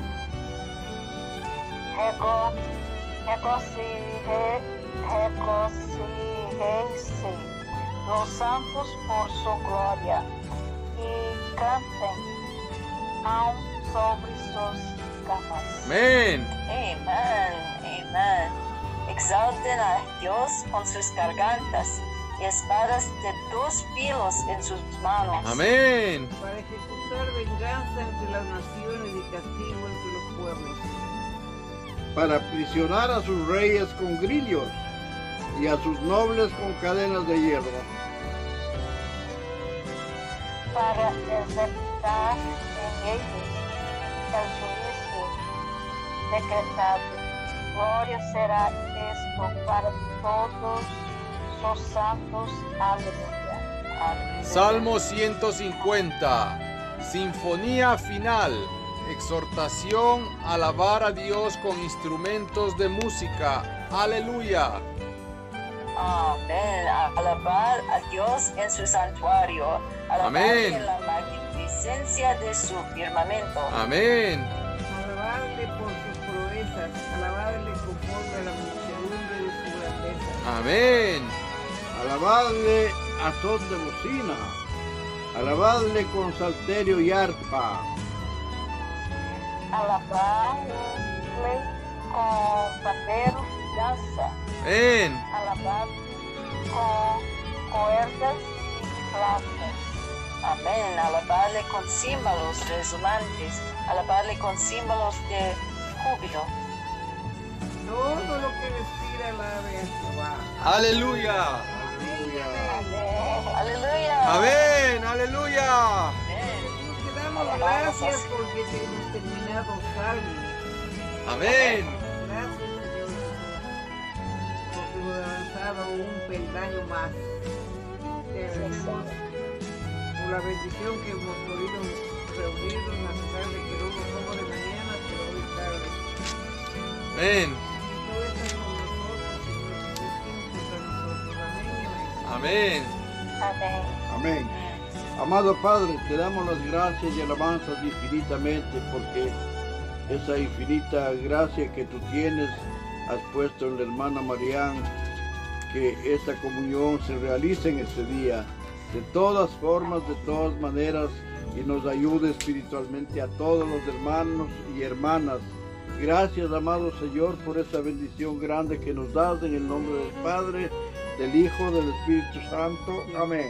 Regocijéis-se los santos por su gloria y canten aún sobre sus camas. Amén. Amén. Amén. Exalten a Dios con sus gargantas y espadas de 2 filos en sus manos. Amén. Para ejecutar venganza entre las naciones y castigo entre los pueblos. Para aprisionar a sus reyes con grillos y a sus nobles con cadenas de hierro. Para executar en ellos el juicio decretado. Gloria será esto para todos sus santos. Aleluya. Aleluya. Salmo 150. Sinfonía final. Exhortación a alabar a Dios con instrumentos de música. Aleluya. Amén. Alabar a Dios en su santuario. Alabar Amén. en la magnificencia de su firmamento. Amén. Alabarle por sus proezas, alabarle conforme a la muchedumbre de su grandeza. Amén. Alabadle a son de bocina, alabadle con salterio y arpa. Alabarle con pandero y danza. Amén. Alabarle con cuerdas y flautas. Amén. Alabarle con címbalos resonantes. Alabarle con címbalos de júbilo. Todo lo que respira alabe a Jehová. Aleluya. Amén. Aleluya. Amén. Aleluya. Amén. Te damos gracias porque te hemos terminado salvo. Amén. Gracias, Señor, porque hemos avanzado un peldaño más. Te agradecemos por la bendición que hemos podido reunirnos a pesar de que no somos de mañana, pero hoy tarde. Amén. Tú estás con nosotros, Señor, tú estás con nosotros. Amén. Amén. Amén. Amén. Amado Padre, te damos las gracias y alabanzas infinitamente porque esa infinita gracia que tú tienes has puesto en la hermana Marián, que esta comunión se realice en este día, de todas formas, de todas maneras, y nos ayude espiritualmente a todos los hermanos y hermanas. Gracias, amado Señor, por esta bendición grande que nos das en el nombre del Padre, del Hijo, del Espíritu Santo. Amén.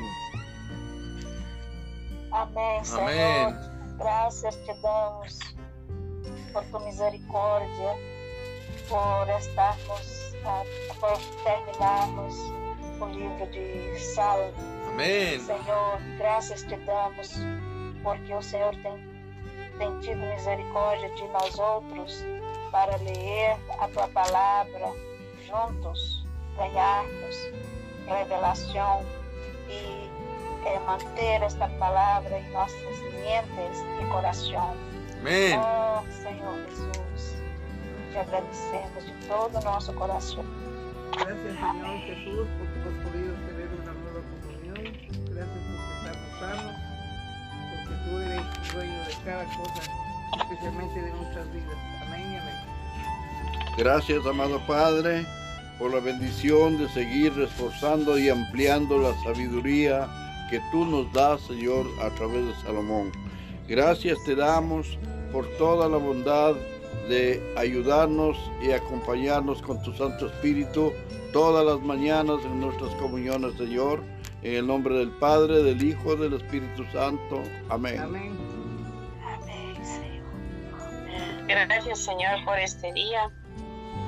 Amém, Senhor. Amém. Graças te damos por tua misericórdia, por estarmos, por terminarmos o livro de Salmos. Amén. Senhor, graças te damos porque o Senhor tem tido misericórdia de nós outros para ler a tua palavra juntos, ganharmos revelação e manter esta palavra em nossas mentes e coração. Amén. Oh, Senhor Jesus, te agradecemos de todo o nosso coração. Gracias, Señor Jesús, porque hemos podido tener una nueva comunión. Gracias porque estamos sanos, porque tú eres dueño de cada cosa, especialmente de nuestras vidas. Amén y amén. Gracias, amado Padre, por la bendición de seguir reforzando y ampliando la sabiduría que tú nos das, Señor, a través de Salomón. Gracias te damos por toda la bondad de ayudarnos y acompañarnos con tu Santo Espíritu todas las mañanas en nuestras comuniones, Señor. En el nombre del Padre, del Hijo, del Espíritu Santo. Amén. Amén. Amén, Señor. Gracias, Señor, por este día.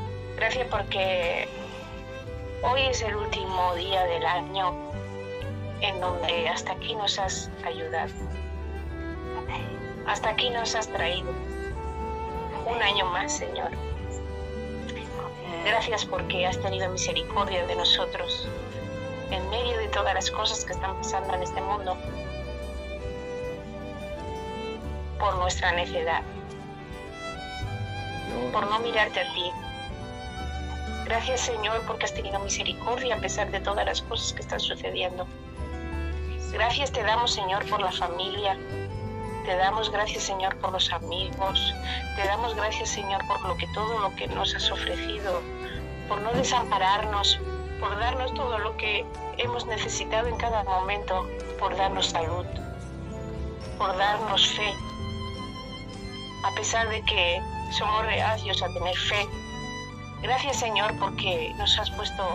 Gracias porque hoy es el último día del año en donde hasta aquí nos has ayudado. Hasta aquí nos has traído. Un año más, Señor. Gracias porque has tenido misericordia de nosotros en medio de todas las cosas que están pasando en este mundo, por nuestra necedad, por no mirarte a ti. Gracias, Señor, porque has tenido misericordia a pesar de todas las cosas que están sucediendo. Gracias te damos, Señor, por la familia. Te damos gracias, Señor, por los amigos. Te damos gracias, Señor, por todo lo que nos has ofrecido, por no desampararnos, por darnos todo lo que hemos necesitado en cada momento, por darnos salud, por darnos fe. A pesar de que somos reacios a tener fe. Gracias, Señor, porque nos has puesto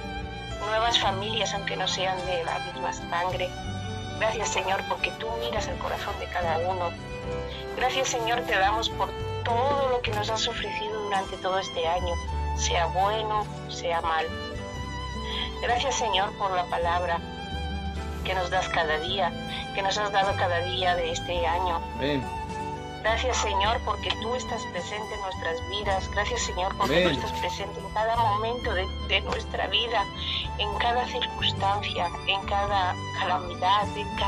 nuevas familias, aunque no sean de la misma sangre. Gracias, Señor, porque tú miras el corazón de cada uno. Gracias, Señor, te damos por todo lo que nos has ofrecido durante todo este año, sea bueno, sea malo. Gracias, Señor, por la palabra que nos das cada día, que nos has dado cada día de este año. Amén. Gracias, Señor, porque tú estás presente en nuestras vidas. Gracias, Señor, porque Amén. tú estás presente en cada momento de nuestra vida, en cada circunstancia, en cada calamidad,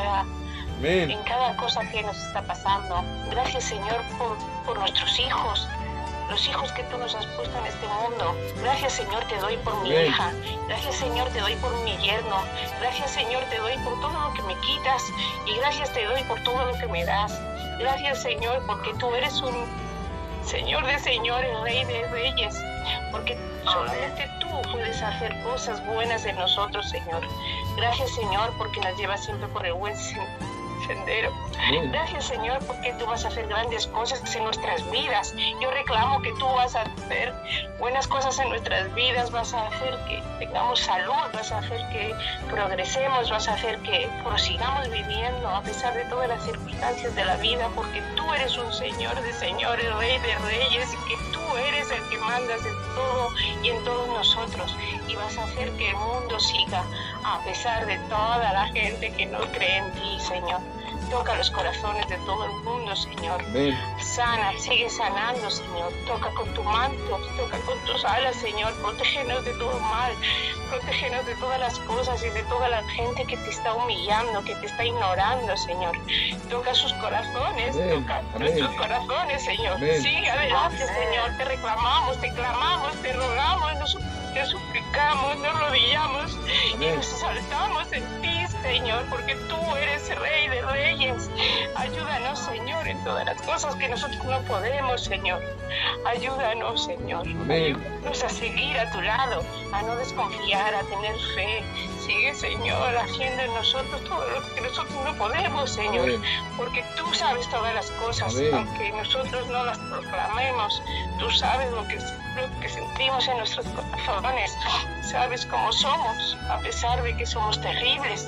Amén. en cada cosa que nos está pasando. Gracias, Señor, por nuestros hijos, los hijos que tú nos has puesto en este mundo. Gracias, Señor, te doy por mi Amén. hija. Gracias, Señor, te doy por mi yerno. Gracias, Señor, te doy por todo lo que me quitas. Y gracias te doy por todo lo que me das. Gracias, Señor, porque tú eres un Señor de señores, Rey de reyes. Porque solamente tú puedes hacer cosas buenas en nosotros, Señor. Gracias, Señor, porque nos llevas siempre por el buen sendero. Amén. Gracias, Señor, porque tú vas a hacer grandes cosas en nuestras vidas. Yo reclamo que tú vas a hacer buenas cosas en nuestras vidas, vas a hacer que tengamos salud, vas a hacer que progresemos, vas a hacer que prosigamos viviendo a pesar de todas las circunstancias de la vida, porque tú eres un Señor de señores, Rey de reyes, y que tú eres el que mandas en todo y en todos nosotros, y vas a hacer que el mundo siga a pesar de toda la gente que no cree en ti, Señor. Toca los corazones de todo el mundo, Señor. Amén. Sana, sigue sanando, Señor. Toca con tu manto, toca con tus alas, Señor. Protégenos de todo mal, protégenos de todas las cosas y de toda la gente que te está humillando, que te está ignorando, Señor. Toca sus corazones, Amén. toca Amén. nuestros corazones, Señor. Amén. Sigue adelante, Señor. Te reclamamos, te clamamos, te rogamos, te suplicamos, nos arrodillamos y Amén. nos exaltamos en ti, Señor, porque tú eres Rey de reyes. Ayúdanos, Señor, en todas las cosas que nosotros no podemos, Señor. Ayúdanos, Señor. Amén. Ayúdanos a seguir a tu lado, a no desconfiar, a tener fe. Sigue, Señor, haciendo en nosotros todo lo que nosotros no podemos, Señor. Amén. Porque tú sabes todas las cosas, Amén. aunque nosotros no las proclamemos. Tú sabes lo que sentimos en nuestros corazones. Sabes cómo somos, a pesar de que somos terribles.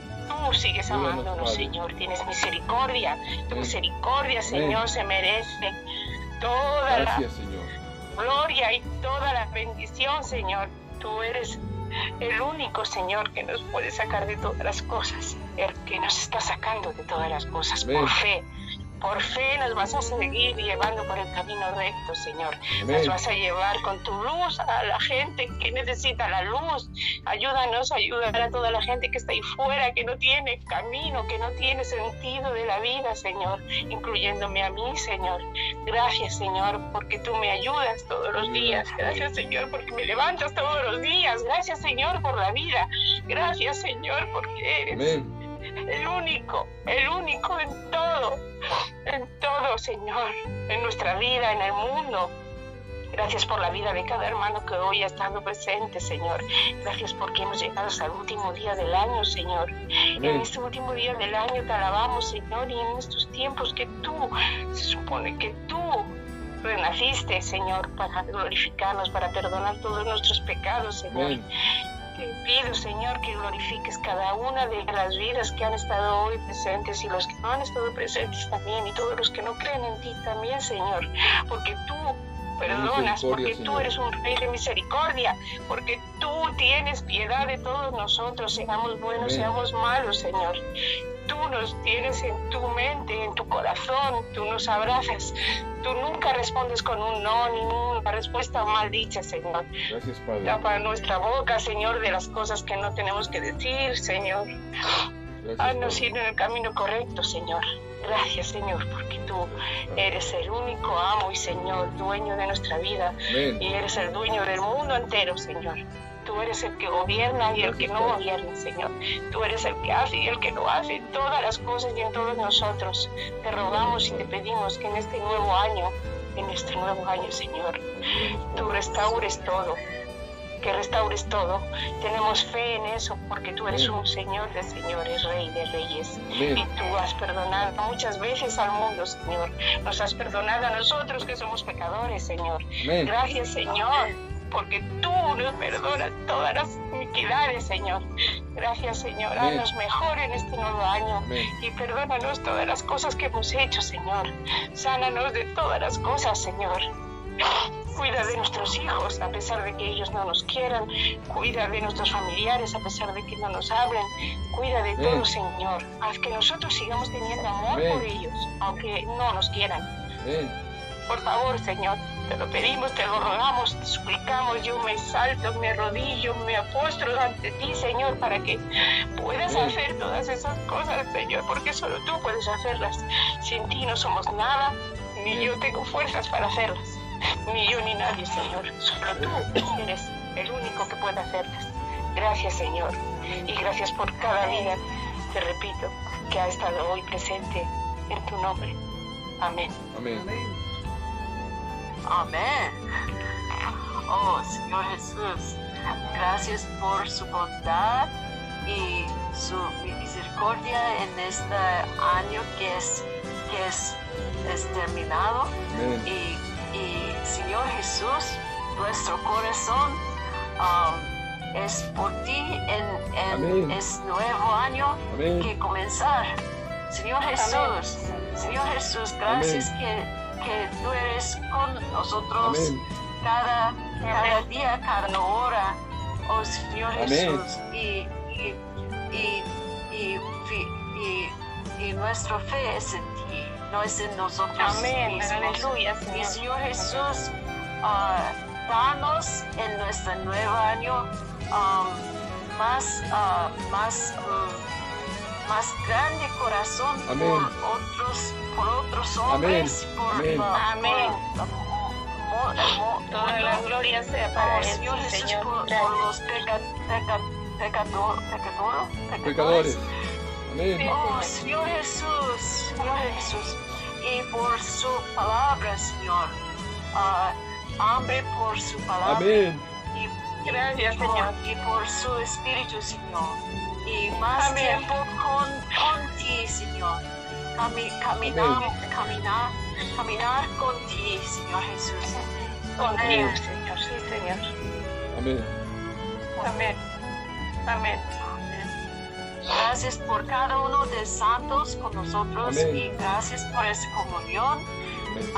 Tú sigues Ayúdanos, amándonos, Padre. Señor. Tienes misericordia. Tu Amén. misericordia, Señor, se merece toda Gracias, Señor. la gloria y toda la bendición, Señor. Tú eres el único, Señor, que nos puede sacar de todas las cosas, el que nos está sacando de todas las cosas. Amén. Por fe. Por fe nos vas a seguir llevando por el camino recto, Señor. Amén. Nos vas a llevar con tu luz a la gente que necesita la luz. Ayúdanos a ayudar a toda la gente que está ahí fuera, que no tiene camino, que no tiene sentido de la vida, Señor, incluyéndome a mí, Señor. Gracias, Señor, porque tú me ayudas todos los días. Gracias, Señor, porque me levantas todos los días. Gracias, Señor, por la vida. Gracias, Señor, porque eres Amén. el único en todo, Señor, en nuestra vida, en el mundo. Gracias por la vida de cada hermano que hoy ha estado presente, Señor. Gracias porque hemos llegado hasta el último día del año, Señor. Amén. En este último día del año te alabamos, Señor, y en estos tiempos que tú, se supone que tú renaciste, Señor, para glorificarnos, para perdonar todos nuestros pecados, Señor. Amén. Te pido, Señor, que glorifiques cada una de las vidas que han estado hoy presentes y los que no han estado presentes también, y todos los que no creen en ti también, Señor, porque tú perdonas, porque tú Señor. eres un Rey de misericordia, porque tú tienes piedad de todos nosotros, seamos buenos, Amén. seamos malos, Señor. Tú nos tienes en tu mente, en tu corazón, tú nos abrazas, tú nunca respondes con un no, ni una respuesta mal dicha, Señor. Gracias, Padre. Tapa nuestra boca, Señor, de las cosas que no tenemos que decir, Señor. Gracias, Haznos Padre. ir en el camino correcto, Señor. Gracias, Señor, porque tú eres el único amo y Señor, dueño de nuestra vida. Amén. Y eres el dueño del mundo entero, Señor. Tú eres el que gobierna y el que no gobierna, Señor. Tú eres el que hace y el que no hace en todas las cosas y en todos nosotros. Te rogamos y te pedimos que en este nuevo año, Señor, tú restaures todo. Que restaures todo. Tenemos fe en eso porque tú eres un Señor de señores, Rey de reyes. Amén. Y tú has perdonado muchas veces al mundo, Señor. Nos has perdonado a nosotros que somos pecadores, Señor. Amén. Gracias, Señor, porque tú nos perdonas todas las iniquidades, Señor. Gracias, Señor. Amén. Haznos mejor en este nuevo año. Amén. Y perdónanos todas las cosas que hemos hecho, Señor. Sánanos de todas las cosas, Señor. Cuida de nuestros hijos a pesar de que ellos no nos quieran. Cuida de nuestros familiares a pesar de que no nos hablen. Cuida de Amén. todos, Señor. Haz que nosotros sigamos teniendo amor Amén. por ellos, aunque no nos quieran. Amén. Por favor, Señor, te lo pedimos, te lo rogamos, te suplicamos. Yo me salto, me arrodillo, me apostro ante ti, Señor, para que puedas Amén. hacer todas esas cosas, Señor, porque solo tú puedes hacerlas. Sin ti no somos nada, ni Amén. yo tengo fuerzas para hacerlas, ni yo ni nadie, Señor. Solo tú eres el único que puede hacerlas. Gracias, Señor, y gracias por cada vida, te repito, que ha estado hoy presente en tu nombre. Amén. Amén. Amén. Amén. Oh, Señor Jesús, gracias por su bondad y su misericordia en este año que es terminado. Amén. Y Señor Jesús, nuestro corazón es por ti en Amén. este nuevo año Amén. que comenzar. Señor Jesús, Señor Jesús, gracias que tú eres con nosotros Amén. cada día, cada hora. Oh Señor Amén. Jesús, y nuestra fe es en ti, no es en nosotros Amén. mismos. Aleluya, Y Señor. Señor Jesús, danos en nuestro nuevo año más grande corazón Amén. por otros hombres, Amén. Amén. Toda la gloria sea para Oh, él, Señor sí, Jesús, Señor. por Gracias. los Pecadores. Amén. Oh, Señor Jesús, y por su palabra, Señor, hambre por su palabra. Amén. Y Gracias, Señor. Y por su espíritu, Señor. Y más Amén. tiempo con ti, Señor. Caminar con ti, Señor Jesús. Contigo, Señor. Sí, Señor. Amén. Amén. Amén. Gracias por cada uno de santos con nosotros. Amén. Y gracias por esa comunión Amén.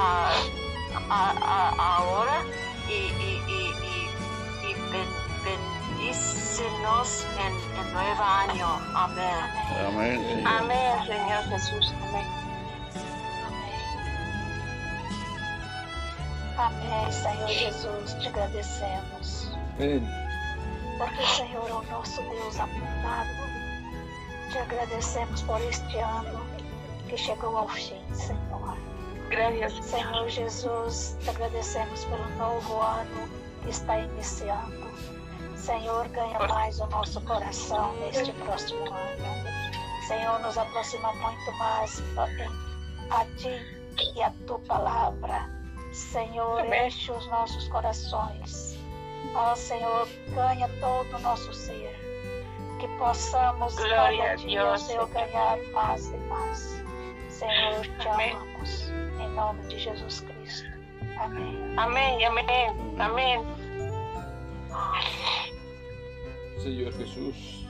ahora. Y bendícenos en el nuevo año. Amén. Amén, Señor. Amén, Señor Jesús. Amén. Amém, Senhor Jesus, te agradecemos, Amén. porque o Senhor é o nosso Deus amado. Te agradecemos por este ano que chegou ao fim, Senhor. Gracias. Senhor Jesus, te agradecemos pelo novo ano que está iniciando. Senhor, ganha mais o nosso coração neste próximo ano. Senhor, nos aproxima muito mais a Ti e a Tua palavra. Senhor, Amém. enche os nossos corações. Ó Senhor, ganha todo o nosso ser. Que possamos Glória cada a dia, Deus, Senhor, Senhor. ganhar mais e mais. Senhor, te Amém. amamos. Em nome de Jesus Cristo. Amém. Amén, amén, amén. Señor Jesús,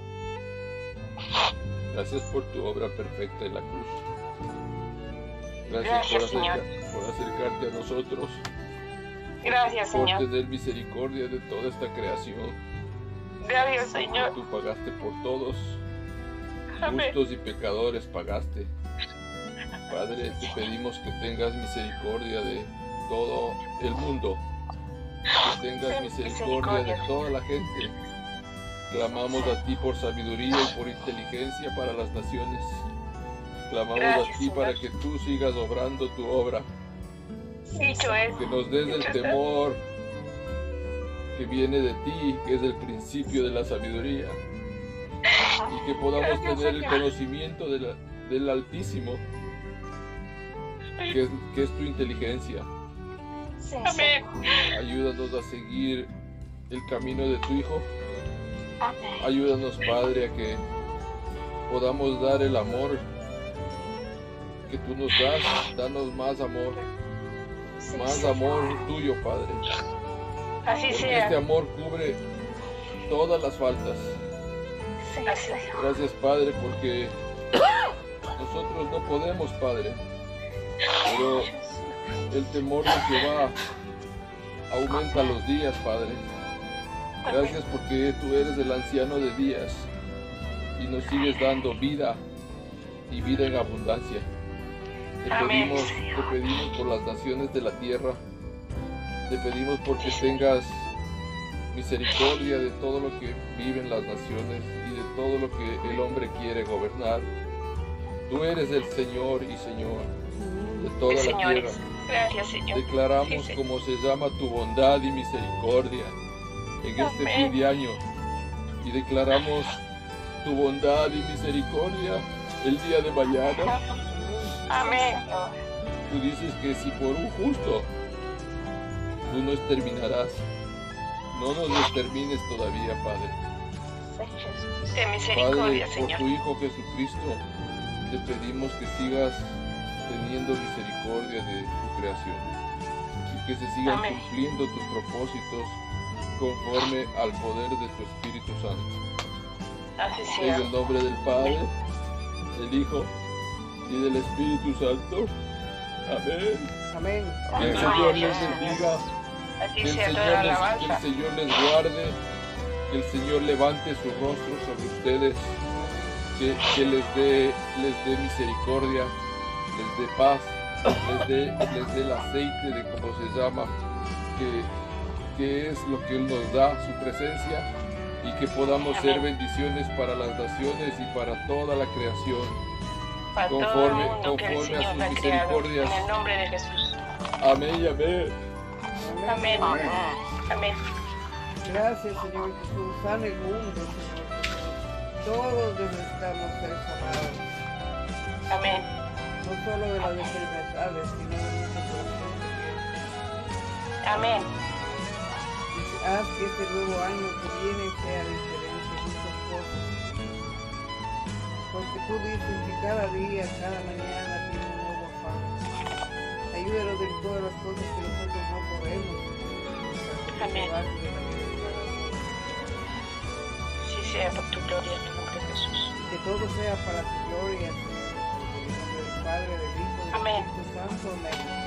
gracias por tu obra perfecta en la cruz. Gracias, por Señor. acercarte a nosotros Gracias, por Señor. tener misericordia de toda esta creación. Gracias, Señor. Tú pagaste por todos, Amén. justos y pecadores pagaste. Padre, te pedimos que tengas misericordia de todo el mundo, que tengas misericordia de toda la gente. Clamamos a ti por sabiduría y por inteligencia para las naciones. Clamamos Gracias, a ti Señor. para que tú sigas obrando tu obra, Dicho es. que nos des el temor que viene de ti, que es el principio de la sabiduría, y que podamos Gracias, tener el Señor. conocimiento del Altísimo, que es tu inteligencia. Sí, Amén. Señor. Ayúdanos a seguir el camino de tu Hijo. Amén. Ayúdanos, Padre, a que podamos dar el amor que tú nos das. Danos más amor, Sí, más Señor. amor tuyo, Padre. Así Porque sea. este amor cubre todas las faltas. Sí, Así Señor. Gracias, Padre, porque nosotros no podemos, Padre, pero el temor de Jehová aumenta los días, Padre. Gracias porque tú eres el anciano de días y nos sigues dando vida y vida en abundancia. Amén. Te pedimos por las naciones de la tierra, te pedimos porque tengas misericordia de todo lo que viven las naciones y de todo lo que el hombre quiere gobernar. Tú eres el Señor y Señor de toda la tierra. Señores. Gracias, Señor. Declaramos Sí, sí. como se llama tu bondad y misericordia en este Amén. fin de año, y declaramos tu bondad y misericordia el día de mañana. Amén. Tú dices que si por un justo tú no exterminarás, no nos extermines todavía, Padre. De Padre, misericordia, por Señor. tu Hijo Jesucristo, te pedimos que sigas teniendo misericordia de tu creación y que se sigan Amén. cumpliendo tus propósitos conforme al poder de tu Espíritu Santo. Así En sea. el nombre del Padre, del Hijo y del Espíritu Santo. Amén. Amén. Que el Amén. Señor les bendiga, Así que el sea toda Señor alabanza. les guarde, que el Señor levante su rostro sobre ustedes, que les dé misericordia, les dé paz, les dé el aceite de cómo se llama, que es lo que Él nos da, su presencia, y que podamos ser bendiciones para las naciones y para toda la creación, Para todo el conforme- mundo que el conforme a Señor sus ha creado. misericordias. En el nombre de Jesús. amén y amén. Amén. Amén. Gracias, Señor Jesús. Sana el mundo, Señor Jesús. Todos necesitamos ser sanados, Amén. no solo de las enfermedades, sino de nuestro corazón también. Amén. Y haz que este nuevo año que viene sea diferente en muchas cosas. Porque tú dices que cada día, cada mañana tiene un nuevo afán. Ayúdanos en todas las cosas que nosotros no podemos. Amén. Para que de la vida de cada uno. Así sea por tu gloria en el nombre de Jesús. Que todo sea para tu gloria, Señor. En el nombre del Padre, del Hijo y del Amén. Espíritu Santo. Amén.